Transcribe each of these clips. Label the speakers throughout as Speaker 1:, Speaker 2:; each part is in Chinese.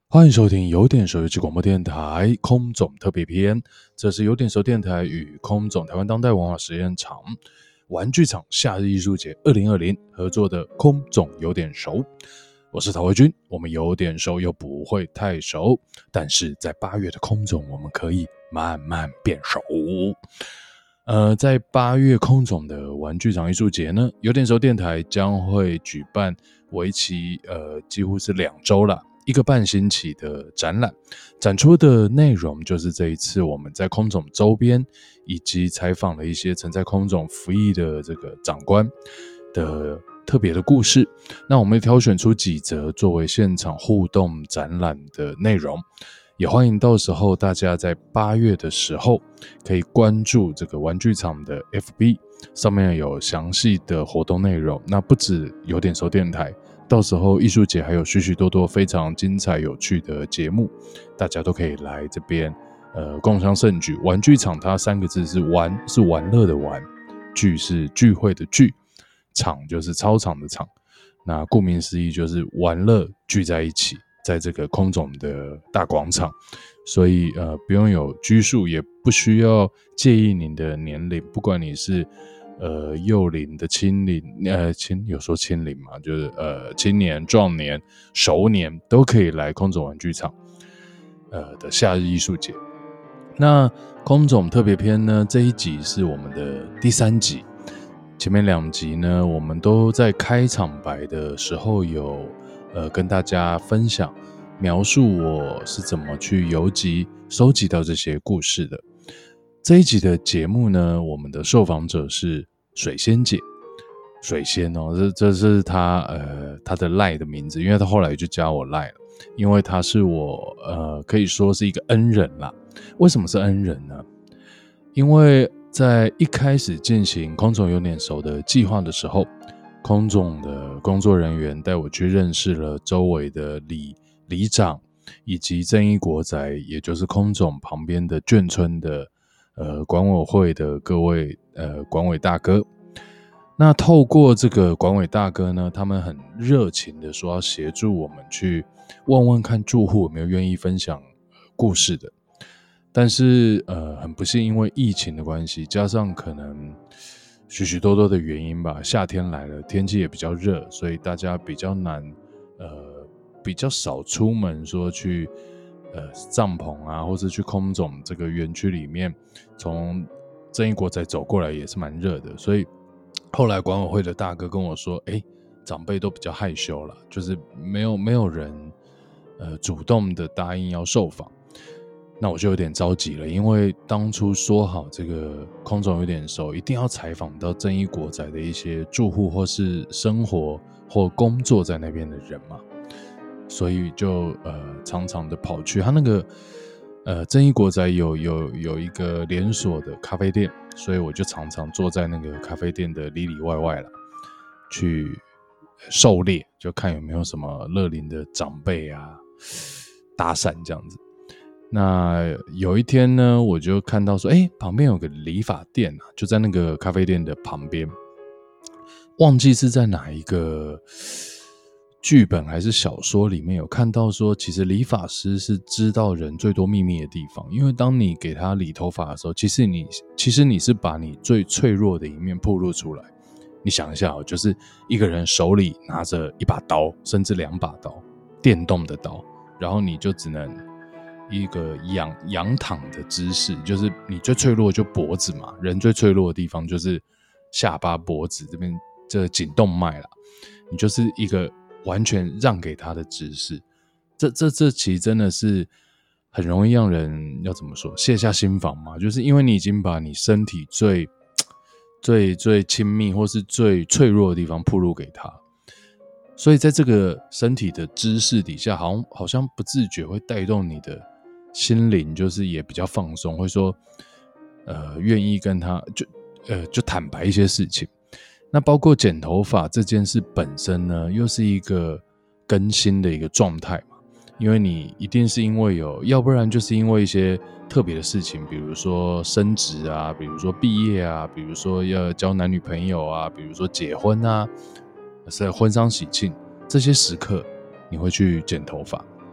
Speaker 1: 欢迎收听有点熟游记广播电台空总特别篇，这是有点熟电台与空总台湾当代文化实验场玩具厂夏日艺术节2020合作的空总有点熟。我是陶维军，我们有点熟又不会太熟，但是在8月的空总我们可以慢慢变熟。在8月空总的玩具厂艺术节呢，有点熟电台将会举办为期几乎是2周啦，1个半星期的展览，展出的内容就是这一次我们在空总周边以及采访了一些曾在空总服役的这个长官的特别的故事。那我们挑选出几则作为现场互动展览的内容，也欢迎到时候大家在8月的时候可以关注这个玩具厂的 FB， 上面有详细的活动内容。那不止有点熟电台，到时候艺术节还有许许多多非常精彩有趣的节目，大家都可以来这边共襄盛举。玩具厂它3个字是玩，是玩乐的玩，聚是聚会的聚，场就是操场的场。那顾名思义就是玩乐聚在一起，在这个空总的大广场，所以不用有拘束，也不需要介意您的年龄，不管你是幼龄的青龄，有说青龄嘛，就是青年、壮年、熟年都可以来空总玩具厂的夏日艺术节。那空总特别篇呢，这一集是我们的第3集，前面2集呢，我们都在开场白的时候有跟大家分享描述我是怎么去游集收集到这些故事的。这一集的节目呢，我们的受访者是水仙姐。水仙哦，这是她的 LINE 的名字，因为她后来就加我 LINE 了，因为她是我可以说是一个恩人啦。为什么是恩人呢？因为在一开始进行空总有点熟的计划的时候，空总的工作人员带我去认识了周围的里长，以及正义国宅，也就是空总旁边的眷村的管委会的各位管委大哥。那透过这个管委大哥呢，他们很热情的说要协助我们去问问看住户有没有愿意分享故事的。但是很不幸，因为疫情的关系，加上可能许许多多的原因吧，夏天来了，天气也比较热，所以大家比较难比较少出门说去帐篷啊，或是去空总这个园区里面，从正义国宅走过来也是蛮热的，所以后来管委会的大哥跟我说，长辈都比较害羞了，就是没有人主动的答应要受访。那我就有点着急了，因为当初说好这个空总有点熟，一定要采访到正义国宅的一些住户或是生活或工作在那边的人嘛，所以就常常的跑去他那个正义国宅有一个连锁的咖啡店，所以我就常常坐在那个咖啡店的里里外外啦，去狩猎，就看有没有什么乐龄的长辈啊搭讪这样子。那有一天呢，我就看到说，旁边有个理发店啊，就在那个咖啡店的旁边，忘记是在哪一个剧本还是小说里面有看到说，其实理发师是知道人最多秘密的地方，因为当你给他理头发的时候，其实你是把你最脆弱的一面暴露出来。你想一下哦，就是一个人手里拿着一把刀，甚至2把刀，电动的刀，然后你就只能一个仰躺的姿势，就是你最脆弱就脖子嘛，人最脆弱的地方就是下巴、脖子这边这颈动脉啦，你就是一个完全让给他的姿势。这其实真的是很容易让人要怎么说卸下心防嘛，就是因为你已经把你身体最亲密或是最脆弱的地方暴露给他，所以在这个身体的姿势底下，好像不自觉会带动你的心灵，就是也比较放松，会说愿意跟他就坦白一些事情。那包括剪头发这件事本身呢，又是一个更新的一个状态嘛，因为你一定是因为要不然就是因为一些特别的事情，比如说升职啊，比如说毕业啊，比如说要交男女朋友啊，比如说结婚啊，是婚丧喜庆这些时刻，你会去剪头发。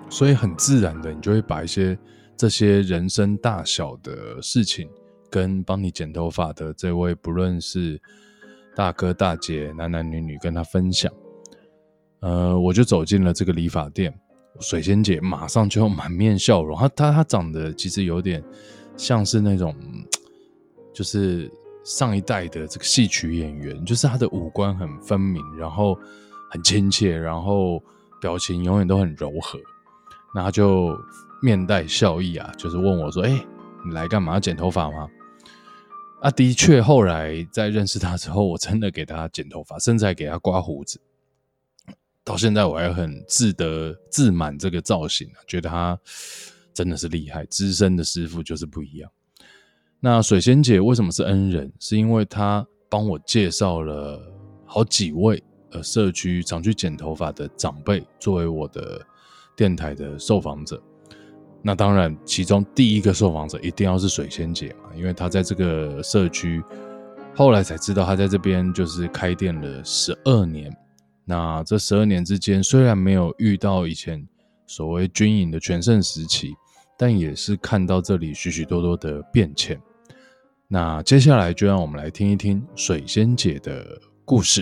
Speaker 1: 所以很自然的，你就会把这些人生大小的事情，跟帮你剪头发的这位不论是大哥大姐、男男女女跟他分享。我就走进了这个理发店，水仙姐马上就满面笑容。她长得其实有点像是那种，就是上一代的这个戏曲演员，就是她的五官很分明，然后很亲切，然后表情永远都很柔和。那她就面带笑意啊，就是问我说：“你来干嘛？要剪头发吗？”的确，后来在认识她之后，我真的给她剪头发，甚至还给她刮胡子。到现在我还很自满这个造型啊，觉得他真的是厉害，资深的师傅就是不一样。那水仙姐为什么是恩人？是因为她帮我介绍了好几位社区常去剪头发的长辈作为我的电台的受访者。那当然其中第一个受访者一定要是水仙姐嘛，因为她在这个社区后来才知道她在这边就是开店了12年。那这12年之间，虽然没有遇到以前所谓军营的全盛时期，但也是看到这里许许多多的变迁。那接下来就让我们来听一听水仙姐的故事。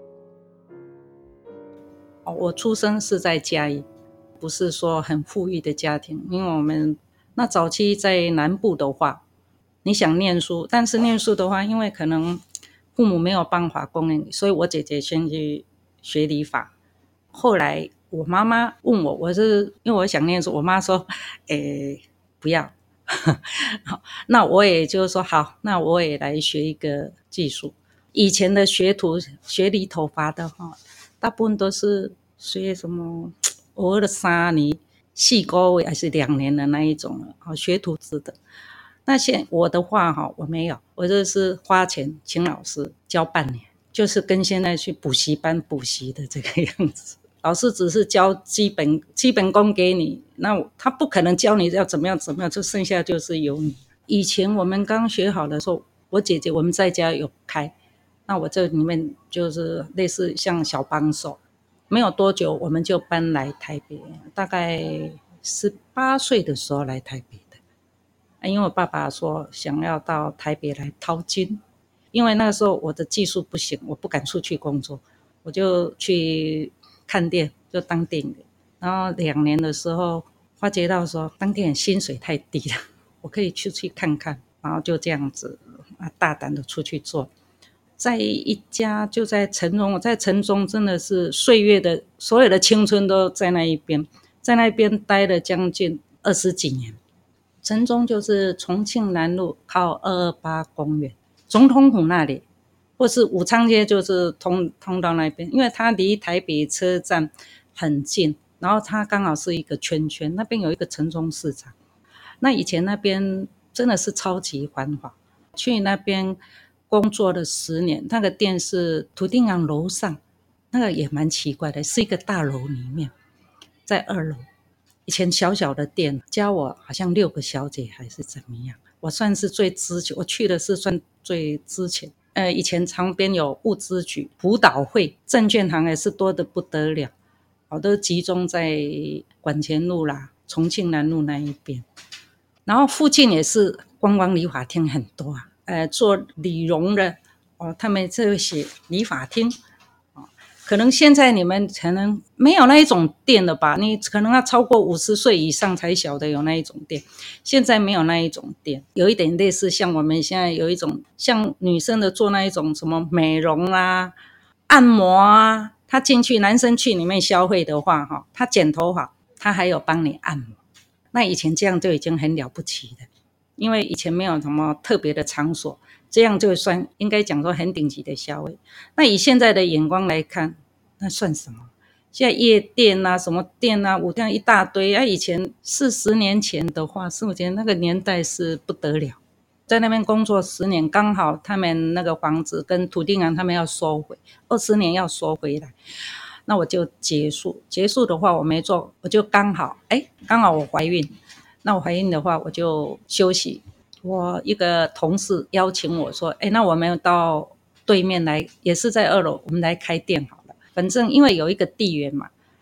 Speaker 2: 我出生是在嘉义，不是说很富裕的家庭，因为我们那早期在南部的话，你想念书，但是念书的话，因为可能父母没有办法供应你，所以我姐姐先去学理发。后来我妈妈问我，因为我想念书，我妈说不要那我也就是说好，那我也来学一个技术。以前的学徒学理头发的话，大部分都是学什么偶尔的3年4个月还是2年的那一种学徒制的。那我的话我没有，我就是花钱请老师教半年，就是跟现在去补习班补习的这个样子。老师只是教基本功给你，那他不可能教你要怎么样，就剩下就是由你。以前我们刚学好的时候，我姐姐我们在家有开，那我这里面就是类似像小帮手。没有多久我们就搬来台北，大概18岁的时候来台北的。因为我爸爸说想要到台北来淘金，因为那个时候我的技术不行，我不敢出去工作，我就去看店，就当店员。然后2年的时候发觉到说当店员薪水太低了，我可以出去看看，然后就这样子大胆的出去做。在一家就在城中，我在城中真的是岁月的所有的青春都在那一边，在那边待了将近20几年。城中就是重庆南路靠228公园，总统府那里，或是武昌街就是通到那边，因为它离台北车站很近，然后它刚好是一个圈圈，那边有一个城中市场。那以前那边真的是超级繁华，去那边工作了10年，那个店是土地港楼上，那个也蛮奇怪的，是一个大楼里面，在2楼。以前小小的店，教我好像6个小姐还是怎么样，我算是最之前，我去的是算最之前。以前旁边有物资局、辅导会、证券行也是多得不得了，都集中在管前路啦、重庆南路那一边。然后附近也是观光理发厅很多做理容的他们这些理发厅可能现在你们可能没有那一种店了吧，你可能要超过50岁以上才晓得有那一种店，现在没有那一种店，有一点类似像我们现在有一种像女生的做那一种什么美容啊、按摩啊，他进去男生去里面消费的话他剪头发他还有帮你按摩，那以前这样就已经很了不起了，因为以前没有什么特别的场所，这样就算应该讲说很顶级的消费。那以现在的眼光来看，那算什么？现在夜店啊、什么店啊、舞店一大堆以前40年前的话，40年那个年代是不得了。在那边工作10年，刚好他们那个房子跟土地港他们要收回，20年要收回来，那我就结束的话我没做，我就刚好我怀孕，那我怀孕的话我就休息。我一个同事邀请我说那我们到对面来，也是在2楼，我们来开店好了，反正因为有一个地缘嘛，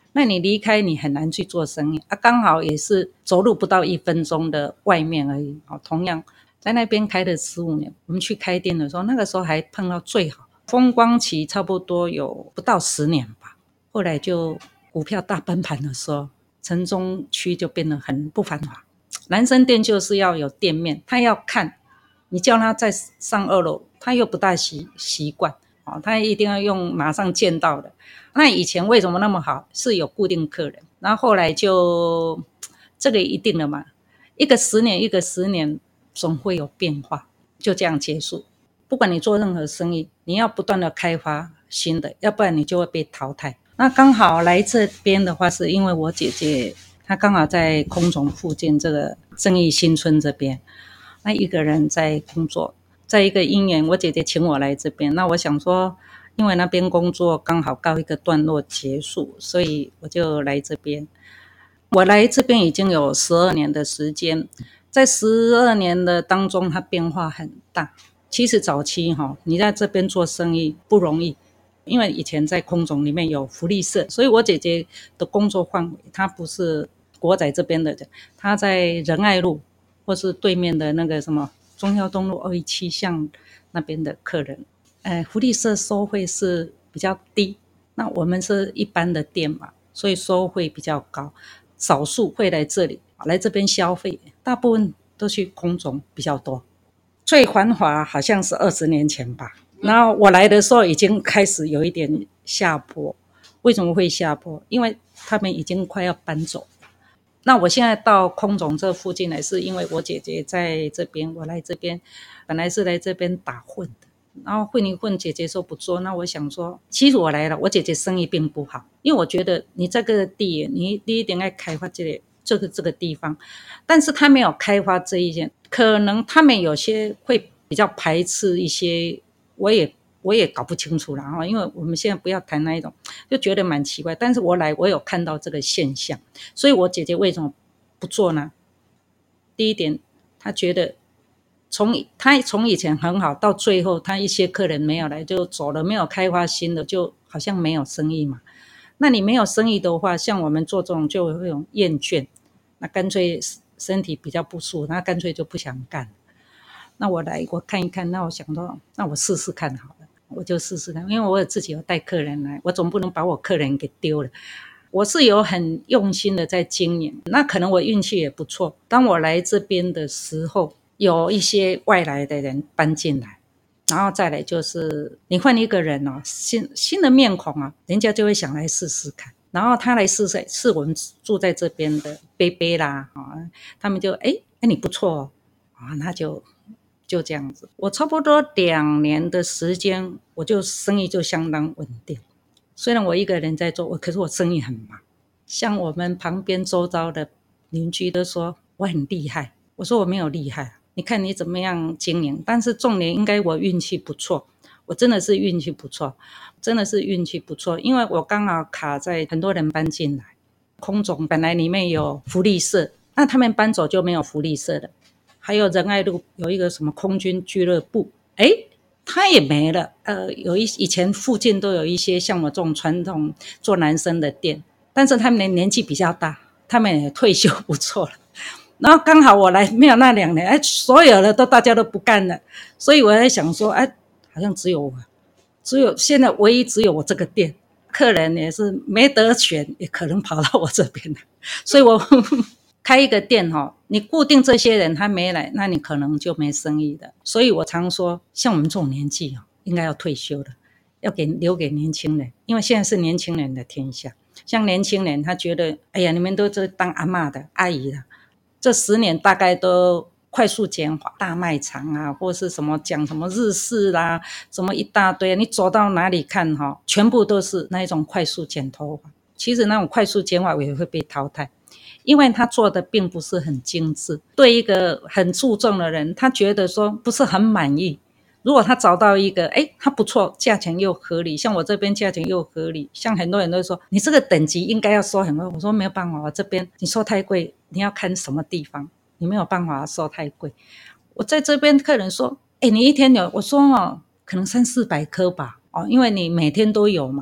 Speaker 2: 那你离开你很难去做生意啊，刚好也是走路不到1分钟的外面而已。同样在那边开了15年，我们去开店的时候，那个时候还碰到最好风光期，差不多有不到10年吧。后来就股票大崩盘的时候，城中区就变得很不繁华。男生店就是要有店面，他要看，你叫他再上2楼，他又不大习惯，他一定要用马上见到的。那以前为什么那么好？是有固定客人，然后后来就这个一定了嘛，一个10年，一个10年，总会有变化，就这样结束。不管你做任何生意，你要不断的开发新的，要不然你就会被淘汰。那刚好来这边的话，是因为我姐姐她刚好在空总附近这个正义新村这边，那一个人在工作，在一个因缘，我姐姐请我来这边，那我想说，因为那边工作刚好告一个段落结束，所以我就来这边。我来这边已经有12年的时间，在12年的当中，它变化很大。其实早期你在这边做生意不容易，因为以前在空总里面有福利社，所以我姐姐的工作范围，她不是国仔这边的人，她在仁爱路或是对面的那个什么忠孝东路217巷那边的客人。福利社收费是比较低，那我们是一般的店嘛，所以收费比较高，少数会来这里来这边消费，大部分都去空总比较多。最繁华好像是20年前吧，然后我来的时候已经开始有一点下坡。为什么会下坡？因为他们已经快要搬走。那我现在到空总这附近来，是因为我姐姐在这边，我来这边本来是来这边打混的，然后混一混，姐姐说不做，那我想说，其实我来了，我姐姐生意并不好，因为我觉得你这个地，你一定要开发这个地方，但是他没有开发这一件，可能他们有些会比较排斥一些，我也搞不清楚啦，因为我们现在不要谈那一种，就觉得蛮奇怪。但是我有看到这个现象，所以我姐姐为什么不做呢？第一点，她觉得她从以前很好，到最后她一些客人没有来就走了，没有开发新的，就好像没有生意嘛。那你没有生意的话，像我们做这种就会有厌倦，那干脆身体比较不舒服，那干脆就不想干。那我看一看，那我想到，那我试试看好了，我就试试看，因为我自己有带客人来，我总不能把我客人给丢了。我是有很用心的在经营，那可能我运气也不错。当我来这边的时候，有一些外来的人搬进来，然后再来就是你换一个人新的面孔人家就会想来试试看。然后他来试试，是我们住在这边的贝贝啦，他们就你不错那就这样子。我差不多2年的时间，我就生意就相当稳定。虽然我一个人在做，可是我生意很忙。像我们旁边周遭的邻居都说我很厉害，我说我没有厉害，你看你怎么样经营。但是重点应该我运气不错，我真的是运气不错，真的是运气不错，因为我刚好卡在很多人搬进来，空总本来里面有福利社，那他们搬走就没有福利社了。还有仁爱路有一个什么空军俱乐部，它也没了。以前附近都有一些像我这种传统做男生的店，但是他们的年纪比较大，他们也退休不错了。然后刚好我来没有那2年，所有的大家都不干了，所以我在想说，好像只有现在唯一只有我这个店，客人也是没得选，也可能跑到我这边来，所以我开一个店你固定这些人他没来，那你可能就没生意的。所以我常说，像我们这种年纪应该要退休了，要留给年轻人，因为现在是年轻人的天下。像年轻人他觉得，你们都是当阿嬷的阿姨了，这10年大概都快速简化，大卖场或是什么讲什么日式啦，什么一大堆，你走到哪里看全部都是那一种快速剪头发。其实那种快速剪发也会被淘汰，因为他做的并不是很精致，对一个很注重的人，他觉得说不是很满意。如果他找到一个他不错，价钱又合理，像我这边价钱又合理，像很多人都说你这个等级应该要收很贵，我说没有办法，我这边你收太贵，你要看什么地方，你没有办法收太贵。我在这边客人说你一天有，我说可能300-400颗吧因为你每天都有嘛，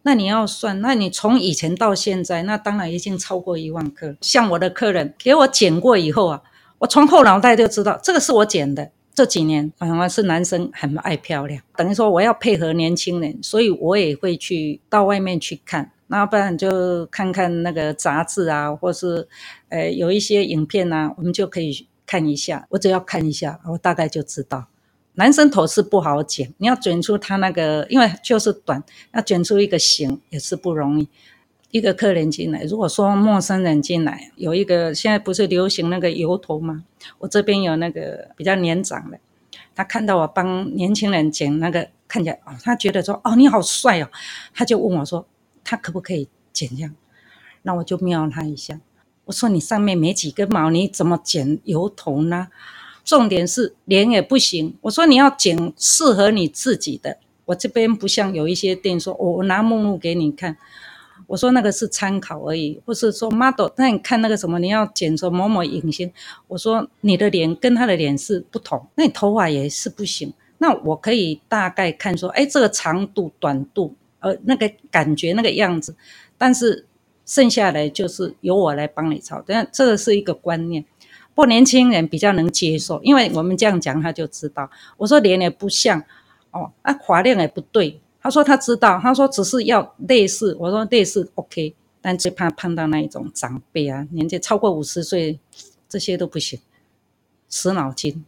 Speaker 2: 那你要算，那你从以前到现在，那当然已经超过1万颗。像我的客人给我剪过以后啊，我从后脑袋就知道这个是我剪的。这几年反而是男生很爱漂亮，等于说我要配合年轻人，所以我也会去到外面去看，那不然就看看那个杂志啊，或是有一些影片啊，我们就可以看一下。我只要看一下，我大概就知道。男生头是不好剪，你要卷出他那个，因为就是短，要卷出一个形也是不容易。一个客人进来，如果说陌生人进来，有一个现在不是流行那个油头吗？我这边有那个比较年长的，他看到我帮年轻人剪那个，看起来他觉得说你好帅哦，他就问我说他可不可以剪这样？那我就瞄他一下，我说你上面没几根毛，你怎么剪油头呢？重点是脸也不行，我说你要剪适合你自己的。我这边不像有一些店说我拿目录给你看，我说那个是参考而已，或是说 model， 那你看那个什么，你要剪成某某影星，我说你的脸跟他的脸是不同，那你头发也是不行。那我可以大概看说，这个长度、短度，那个感觉、那个样子，但是剩下来就是由我来帮你操，但这个是一个观念。不过年轻人比较能接受，因为我们这样讲他就知道。我说脸也不像发量也不对，他说他知道，他说只是要类似，我说类似 OK， 但最怕碰到那一种长辈啊，年纪超过50岁，这些都不行，死脑筋。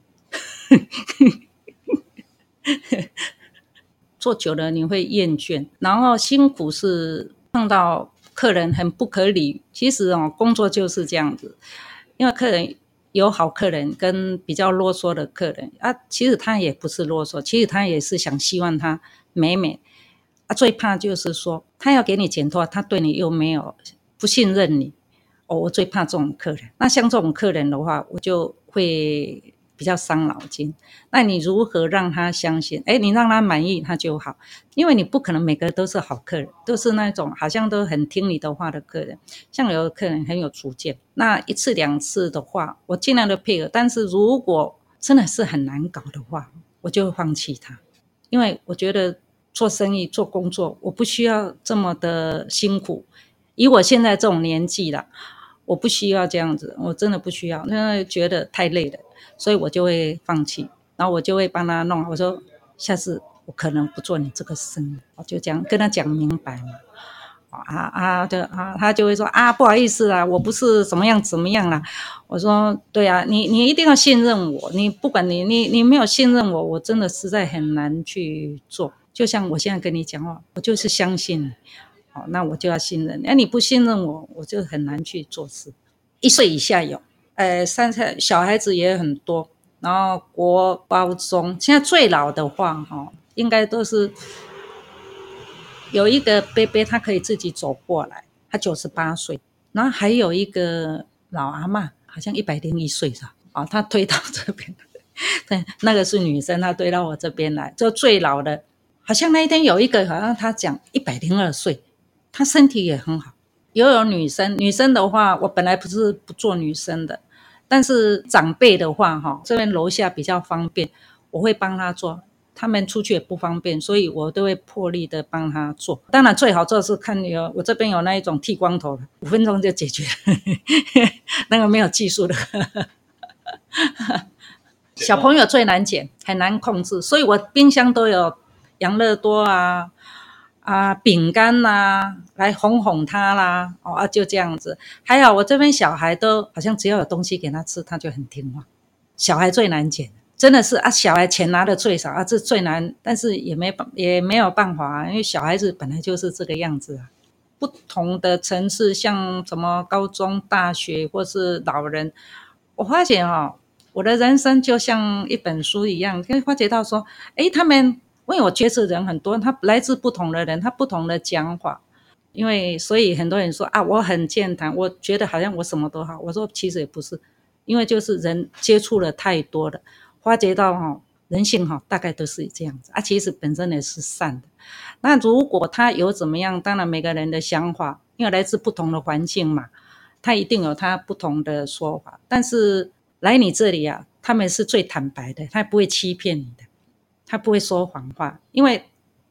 Speaker 2: 做久了你会厌倦，然后辛苦是碰到客人很不可理，其实工作就是这样子，因为客人有好客人跟比较啰嗦的客人啊，其实他也不是啰嗦，其实他也是希望他美美啊，最怕就是说他要给你剪头发，他对你又没有不信任你我最怕这种客人。那像这种客人的话，我就会比较伤脑筋。那你如何让他相信？你让他满意，他就好。因为你不可能每个都是好客人，都是那种好像都很听你的话的客人。像有的客人很有主见，那1次2次的话，我尽量的配合。但是如果真的是很难搞的话，我就会放弃他。因为我觉得做生意、做工作，我不需要这么的辛苦。以我现在这种年纪了，我不需要这样子，我真的不需要，因为觉得太累了，所以我就会放弃，然后我就会帮他弄。我说下次我可能不做你这个生意，我就这样跟他讲明白嘛。他就会说不好意思啦，我不是怎么样怎么样啦。我说对啊，你一定要信任我，你不管你没有信任我，我真的实在很难去做。就像我现在跟你讲话，我就是相信你。那我就要信任你，你不信任我，我就很难去做事。1岁以下有，3岁小孩子也很多，然后国高中，现在最老的话应该都是有一个伯伯，他可以自己走过来，他98岁，然后还有一个老阿嬷，好像101岁是吧？他推到这边，对，那个是女生，她推到我这边来，就最老的，好像那一天有一个，好像他讲102岁。她身体也很好，也有女生。女生的话，我本来不是不做女生的，但是长辈的话这边楼下比较方便，我会帮她做。他们出去也不方便，所以我都会破例的帮她做。当然最好做是看我这边有那一种剃光头的，5分钟就解决了那个没有技术的小朋友最难剪，很难控制，所以我冰箱都有养乐多饼干啦，来哄哄他啦，就这样子。还好我这边小孩都好像只要有东西给他吃，他就很听话。小孩最难剪，真的是小孩钱拿的最少这最难，但是也没有办法因为小孩子本来就是这个样子不同的层次，像什么高中、大学或是老人，我发觉我的人生就像一本书一样，可以发觉到说，他们。因为我接触人很多，他来自不同的人，他不同的讲法，所以很多人说我很健谈，我觉得好像我什么都好。我说其实也不是，因为就是人接触了太多了，发觉到人性大概都是这样子其实本身也是善的。那如果他有怎么样，当然每个人的想法，因为来自不同的环境嘛，他一定有他不同的说法。但是来你这里他们是最坦白的，他不会欺骗你的。他不会说谎话，因为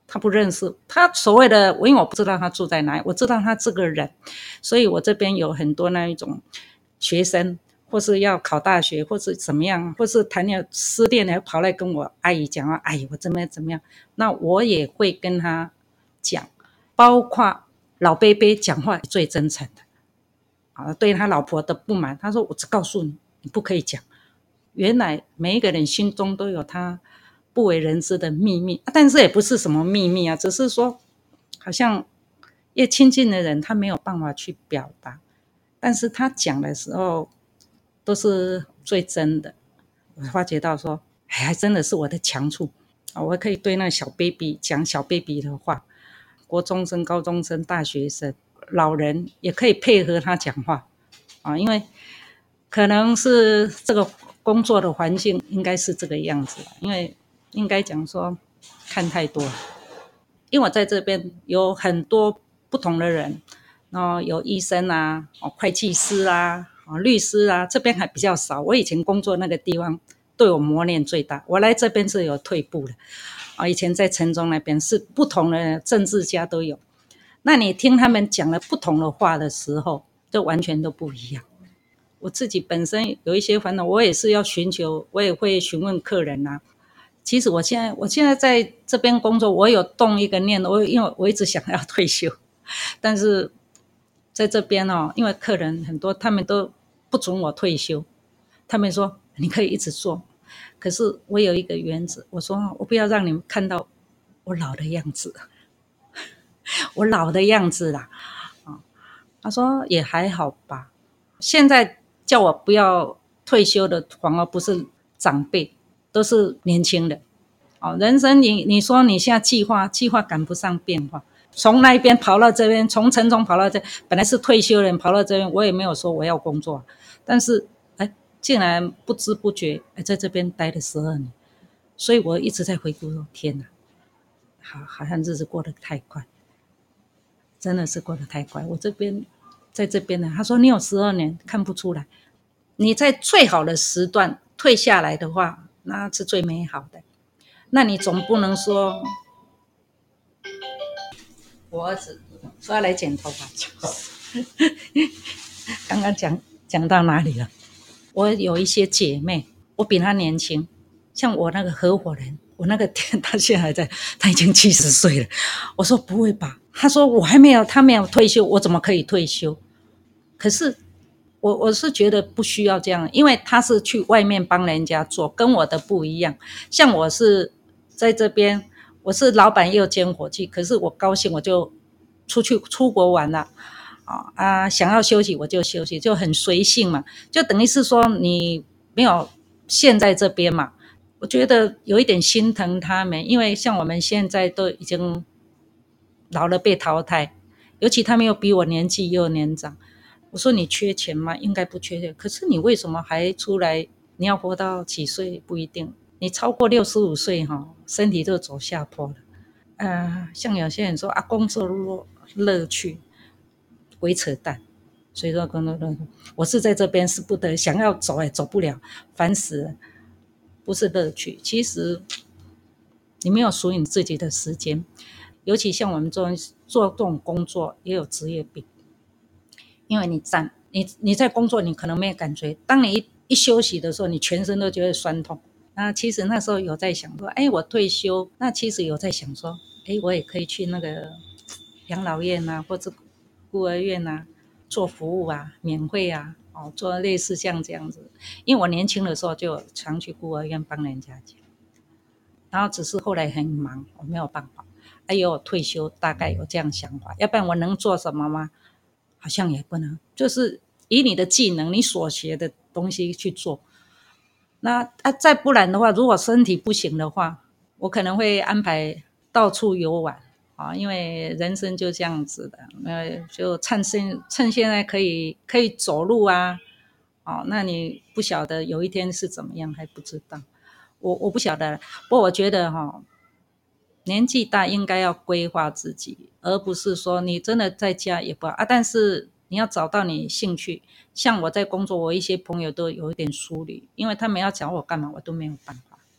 Speaker 2: 他不认识他所谓的，因为我不知道他住在哪里，我知道他这个人，所以我这边有很多那一种学生，或是要考大学，或是怎么样，或是谈了失恋了，跑来跟我阿姨讲话，阿姨我怎么样怎么样，那我也会跟他讲，包括老伯伯讲话最真诚的对他老婆的不满，他说我只告诉你，你不可以讲。原来每一个人心中都有他不为人知的秘密，但是也不是什么秘密啊，只是说好像越亲近的人他没有办法去表达，但是他讲的时候都是最真的。我发觉到说还真的是我的强处我可以对那小 baby 讲小 baby 的话，国中生、高中生、大学生、老人也可以配合他讲话因为可能是这个工作的环境应该是这个样子，因为应该讲说看太多了，因为我在这边有很多不同的人，有医生啊、会计师啊、律师啊，这边还比较少。我以前工作那个地方对我磨练最大，我来这边是有退步的以前在城中那边是不同的政治家都有，那你听他们讲了不同的话的时候，就完全都不一样。我自己本身有一些烦恼，我也是要寻求，我也会询问客人啊。其实我现在在这边工作，我有动一个念，因为我一直想要退休，但是在这边因为客人很多，他们都不准我退休，他们说你可以一直做，可是我有一个原则，我说我不要让你们看到我老的样子，我老的样子啦。他说也还好吧，现在叫我不要退休的反而不是长辈，都是年轻人人生你说你现在计划赶不上变化，从那边跑到这边，从城中跑到这，本来是退休人跑到这边，我也没有说我要工作，但是竟然不知不觉在这边待了12年，所以我一直在回顾说天哪，好像日子过得太快，真的是过得太快。我在这边呢，他说你有12年看不出来，你在最好的时段退下来的话，那是最美好的。那你总不能说，我儿子说要来剪头发，刚刚讲到哪里了？我有一些姐妹，我比她年轻，像我那个合伙人，我那个店他现在还在，他已经70岁了。我说不会吧？他说他没有退休，我怎么可以退休？可是我是觉得不需要这样，因为他是去外面帮人家做，跟我的不一样。像我是在这边，我是老板又兼伙计，可是我高兴我就出国玩了想要休息我就休息，就很随性嘛，就等于是说你没有现在这边嘛。我觉得有一点心疼他们，因为像我们现在都已经老了被淘汰，尤其他们又比我年纪又年长。我说你缺钱吗？应该不缺钱，可是你为什么还出来？你要活到几岁不一定，你超过65岁身体就走下坡了。像有些人说工作乐趣，鬼扯淡。所以说我是在这边是不得，想要走也走不了，烦死了。不是乐趣，其实你没有属于你自己的时间，尤其像我们做这种工作也有职业病，因为你在工作你可能没有感觉，当你一休息的时候，你全身都觉得酸痛。那其实那时候有在想说，我退休，那其实有在想说，我也可以去那个养老院啊，或者孤儿院啊，做服务啊，免费啊，做类似像这样子。因为我年轻的时候就常去孤儿院帮人家讲，然后只是后来很忙，我没有办法。我退休大概有这样想法，要不然我能做什么吗？好像也不能，就是以你的技能，你所学的东西去做。那再不然的话，如果身体不行的话，我可能会安排到处游玩因为人生就这样子的，就趁现在可以走路啊，那你不晓得有一天是怎么样还不知道，我不晓得，不过我觉得年纪大应该要规划自己，而不是说你真的在家也不好但是你要找到你兴趣。像我在工作，我一些朋友都有一点疏离，因为他们要找我干嘛，我都没有办法。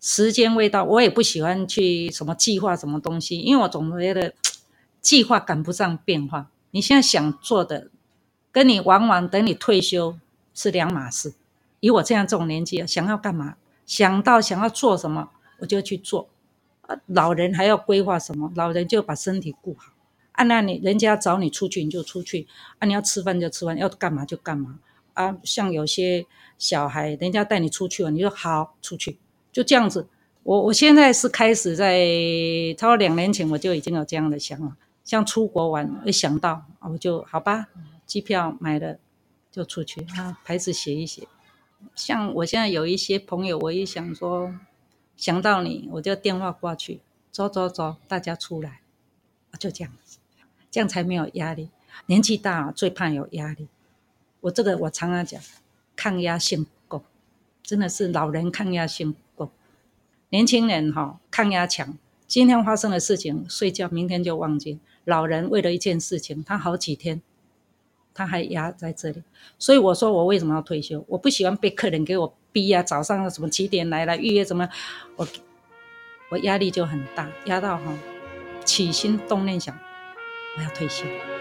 Speaker 2: 时间未到，我也不喜欢去什么计划什么东西，因为我总觉得计划赶不上变化。你现在想做的，跟你往往等你退休是两码事。以我这样这种年纪，想要干嘛，想要做什么，我就去做。老人还要规划什么？老人就把身体顾好。那你人家找你出去你就出去，你要吃饭就吃饭，要干嘛就干嘛。像有些小孩，人家带你出去了，你就好出去，就这样子。我现在是开始在超过2年前我就已经有这样的想法，像出国玩，一想到我就好吧，机票买了就出去牌子写一写。像我现在有一些朋友，我一想说想到你，我就电话挂去，走，大家出来，就这样子，这样才没有压力。年纪大最怕有压力，我常常讲，抗压性不够，真的是老人抗压性不够。年轻人抗压强，今天发生的事情睡觉明天就忘记，老人为了一件事情他好几天他还压在这里。所以我说我为什么要退休，我不喜欢被客人给我逼早上什么几点来预约什么，我压力就很大，压到起心动念想我要退休。